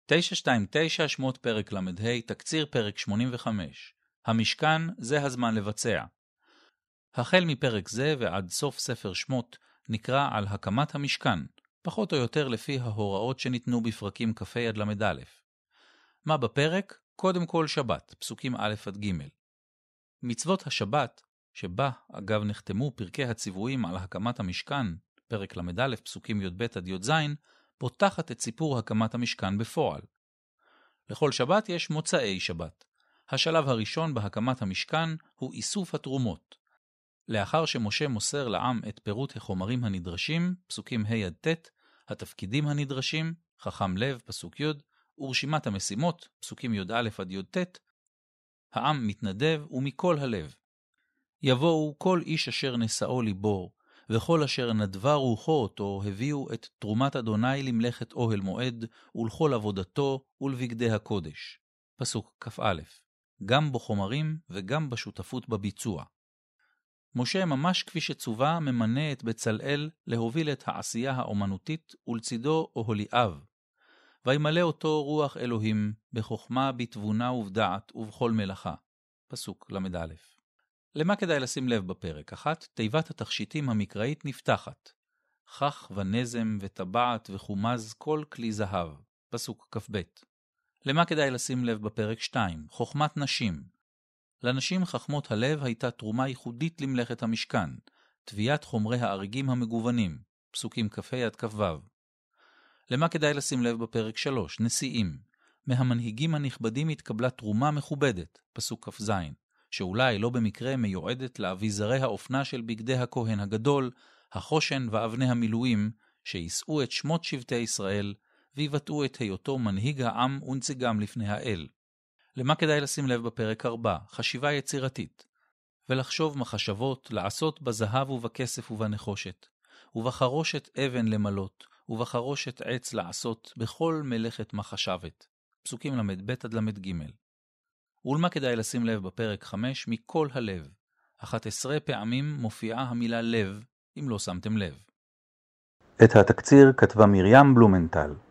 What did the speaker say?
929 שמות פרק ל"ה, תקציר פרק 85. המשכן זה הזמן לבצע. החל מפרק זה ועד סוף ספר שמות נקרא על הקמת המשכן, פחות או יותר לפי ההוראות שניתנו בפרקים כ"ה עד ל"א. מה בפרק? קודם כל שבת, פסוקים א' עד ג'. מצוות השבת, שבה אגב נחתמו פרקי הציוויים על הקמת המשכן, פרק ל"א, פסוקים י"ב עד י"ז, פותחת את סיפור הקמת המשכן בפועל. לכל שבת יש מוצאי שבת. השלב הראשון בהקמת המשכן הוא איסוף התרומות. לאחר שמשה מוסר לעם את פירוט החומרים הנדרשים, פסוקים ה' עד ט', התפקידים הנדרשים, חכם לב, פסוק י', ורשימת המשימות, פסוקים י"א עד י"ט, העם מתנדב ומכל הלב. יבואו כל איש אשר נשאו ליבו, וכל אשר נדבה רוחו אותו, הביאו את תרומת אדוני למלאכת אוהל מועד, ולכל עבודתו ולבגדי הקודש. פסוק כ"א. גם בחומרים וגם בשותפות בביצוע. משה ממש כפי שצווה ממנה את בצלאל להוביל את העשייה האומנותית, ולצידו אוהליאב. וימלא אותו רוח אלוהים בחוכמה, בתבונה ובדעת ובכל מלאכה. פסוק ל"א. למה כדאי לשים לב בפרק? 1. תיבת התכשיטים המקראית נפתחת. חך ונזם וטבעת וחומז כל כלי זהב. פסוק כ"ב. למה כדאי לשים לב בפרק? 2. חוכמת נשים. לנשים חכמות הלב הייתה תרומה ייחודית למלאכת המשכן, תביעת חומרי האריגים המגוונים. פסוקים כ"ה עד כ"ו. למה כדאי לשים לב בפרק? 3. נשיאים. מהמנהיגים הנכבדים התקבלה תרומה מכובדת. פסוק כ"ז. שאולי לא במקרה מיועדת לאביזרי האופנה של בגדי הכהן הגדול, החושן ואבני המילואים, שישאו את שמות שבטי ישראל, ויבטאו את היותו מנהיג העם ונציגם לפני האל. למה כדאי לשים לב בפרק 4? חשיבה יצירתית. ולחשוב מחשבות, לעשות בזהב ובכסף ובנחושת, ובחרושת אבן למלות, ובחרושת עץ לעשות, בכל מלאכת מחשבת. פסוקים ל"ב עד ל"ג. ולמה כדאי לשים לב בפרק 5? מכל הלב. 11 פעמים מופיעה המילה לב, אם לא שמתם לב. את התקציר כתבה מרים בלומנטל.